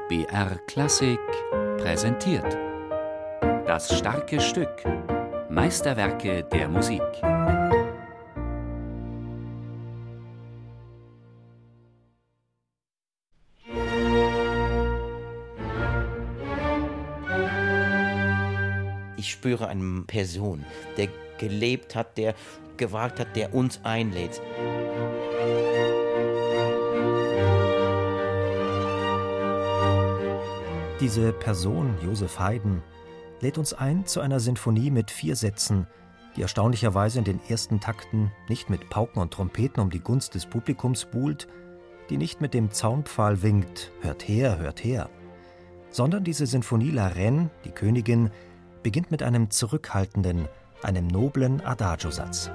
BR Klassik präsentiert. Das starke Stück. Meisterwerke der Musik. Ich spüre eine Person, der gelebt hat, der gewagt hat, der uns einlädt. Diese Person, Joseph Haydn, lädt uns ein zu einer Sinfonie mit 4 Sätzen, die erstaunlicherweise in den ersten Takten nicht mit Pauken und Trompeten um die Gunst des Publikums buhlt, die nicht mit dem Zaunpfahl winkt, hört her, sondern diese Sinfonie La Reine, die Königin, beginnt mit einem zurückhaltenden, einem noblen Adagio-Satz.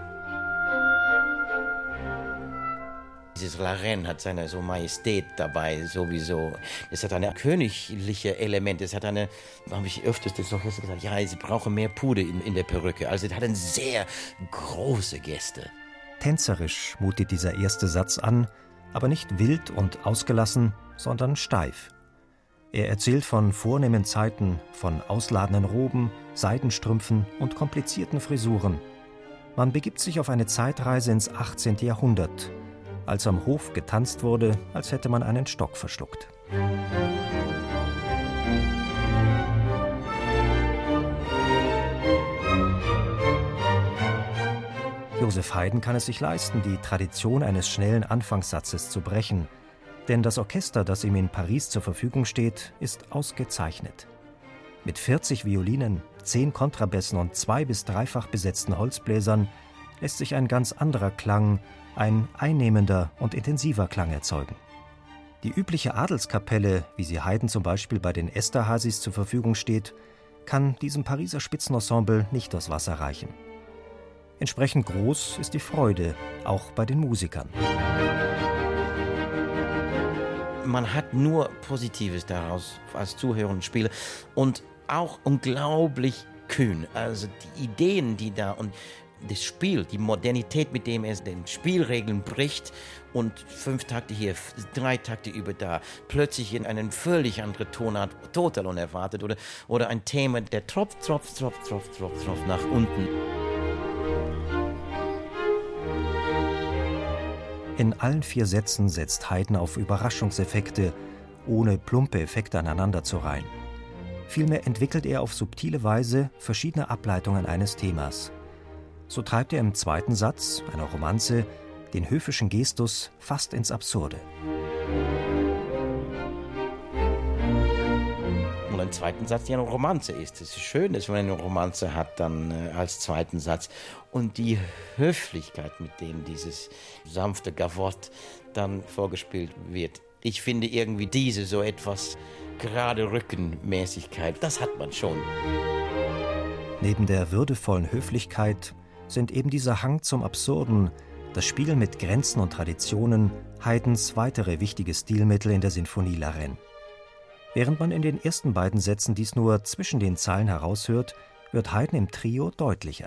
Dieses La Reine hat seine so Majestät dabei sowieso. Es hat eine königliche Element. Es hat eine, habe ich öfters das noch gesagt, ja, sie brauchen mehr Puder in der Perücke. Also es hat eine sehr große Geste. Tänzerisch mutet dieser erste Satz an, aber nicht wild und ausgelassen, sondern steif. Er erzählt von vornehmen Zeiten, von ausladenden Roben, Seidenstrümpfen und komplizierten Frisuren. Man begibt sich auf eine Zeitreise ins 18. Jahrhundert, als am Hof getanzt wurde, als hätte man einen Stock verschluckt. Joseph Haydn kann es sich leisten, die Tradition eines schnellen Anfangssatzes zu brechen, denn das Orchester, das ihm in Paris zur Verfügung steht, ist ausgezeichnet. Mit 40 Violinen, 10 Kontrabässen und 2- bis 3-fach besetzten Holzbläsern lässt sich ein ganz anderer Klang, ein einnehmender und intensiver Klang erzeugen. Die übliche Adelskapelle, wie sie Haydn zum Beispiel bei den Esterházys zur Verfügung steht, kann diesem Pariser Spitzenensemble nicht das Wasser reichen. Entsprechend groß ist die Freude, auch bei den Musikern. Man hat nur Positives daraus als Zuhörer und Spieler und auch unglaublich kühn. Also die Ideen, die da und das Spiel, die Modernität, mit dem er den Spielregeln bricht und 5 Takte hier, 3 Takte über da, plötzlich in einen völlig anderen Tonart, total unerwartet oder ein Thema, der tropft nach unten. In allen 4 Sätzen setzt Haydn auf Überraschungseffekte, ohne plumpe Effekte aneinander zu reihen. Vielmehr entwickelt er auf subtile Weise verschiedene Ableitungen eines Themas. So treibt er im 2. Satz, einer Romanze, den höfischen Gestus fast ins Absurde. Und im 2. Satz, die eine Romanze ist. Es ist schön, dass man eine Romanze hat dann als 2. Satz. Und die Höflichkeit, mit dem dieses sanfte Gavotte dann vorgespielt wird. Ich finde irgendwie diese so etwas gerade Rückenmäßigkeit, das hat man schon. Neben der würdevollen Höflichkeit sind eben dieser Hang zum Absurden, das Spiel mit Grenzen und Traditionen Haydns weitere wichtige Stilmittel in der Sinfonie La Reine. Während man in den ersten beiden Sätzen dies nur zwischen den Zeilen heraushört, wird Haydn im Trio deutlicher.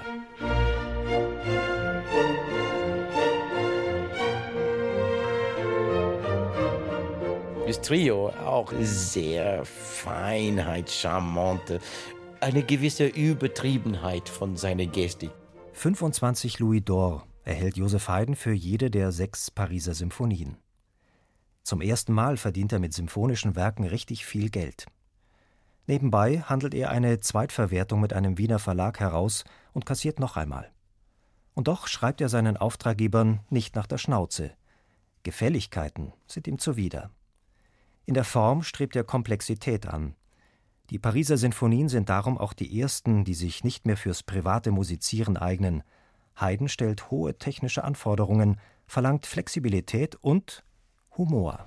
Das Trio auch sehr Feinheit, charmante, eine gewisse Übertriebenheit von seiner Gestik. 25 Louis d'Or erhält Joseph Haydn für jede der 6 Pariser Symphonien. Zum ersten Mal verdient er mit symphonischen Werken richtig viel Geld. Nebenbei handelt er eine Zweitverwertung mit einem Wiener Verlag heraus und kassiert noch einmal. Und doch schreibt er seinen Auftraggebern nicht nach der Schnauze. Gefälligkeiten sind ihm zuwider. In der Form strebt er Komplexität an. Die Pariser Sinfonien sind darum auch die ersten, die sich nicht mehr fürs private Musizieren eignen. Haydn stellt hohe technische Anforderungen, verlangt Flexibilität und Humor.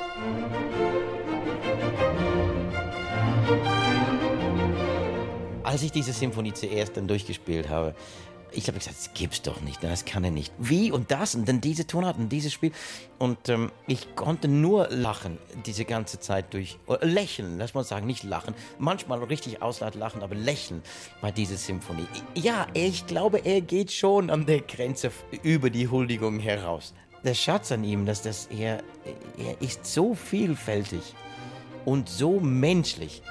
Als ich diese Symphonie zuerst dann durchgespielt habe, ich habe gesagt, das gibt's doch nicht, das kann er nicht. Wie und das und dann diese Tonart und dieses Spiel. Und ich konnte nur lachen diese ganze Zeit durch. Oder lächeln, lass mal sagen, nicht lachen. Manchmal richtig auslaut lachen, aber lächeln bei dieser Symphonie. Ja, ich glaube, er geht schon an der Grenze über die Huldigung heraus. Der Schatz an ihm, er ist so vielfältig. und so menschlich.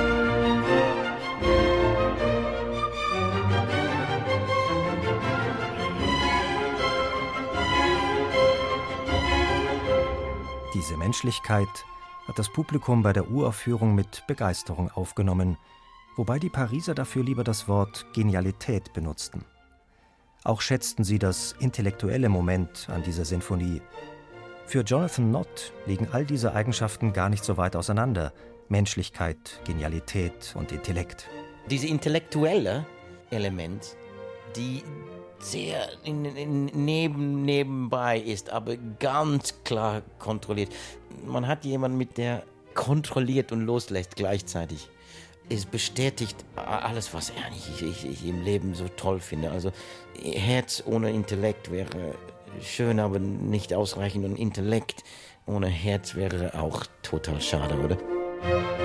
Diese Menschlichkeit hat das Publikum bei der Uraufführung mit Begeisterung aufgenommen, wobei die Pariser dafür lieber das Wort Genialität benutzten. Auch schätzten sie das intellektuelle Moment an dieser Sinfonie. Für Jonathan Nott liegen all diese Eigenschaften gar nicht so weit auseinander: Menschlichkeit, Genialität und Intellekt. Diese intellektuelle Element, die sehr nebenbei ist, aber ganz klar kontrolliert. Man hat jemanden, mit der kontrolliert und loslässt gleichzeitig. Es bestätigt alles, was ich im Leben so toll finde. Also Herz ohne Intellekt wäre schön, aber nicht ausreichend. Und Intellekt ohne Herz wäre auch total schade, oder?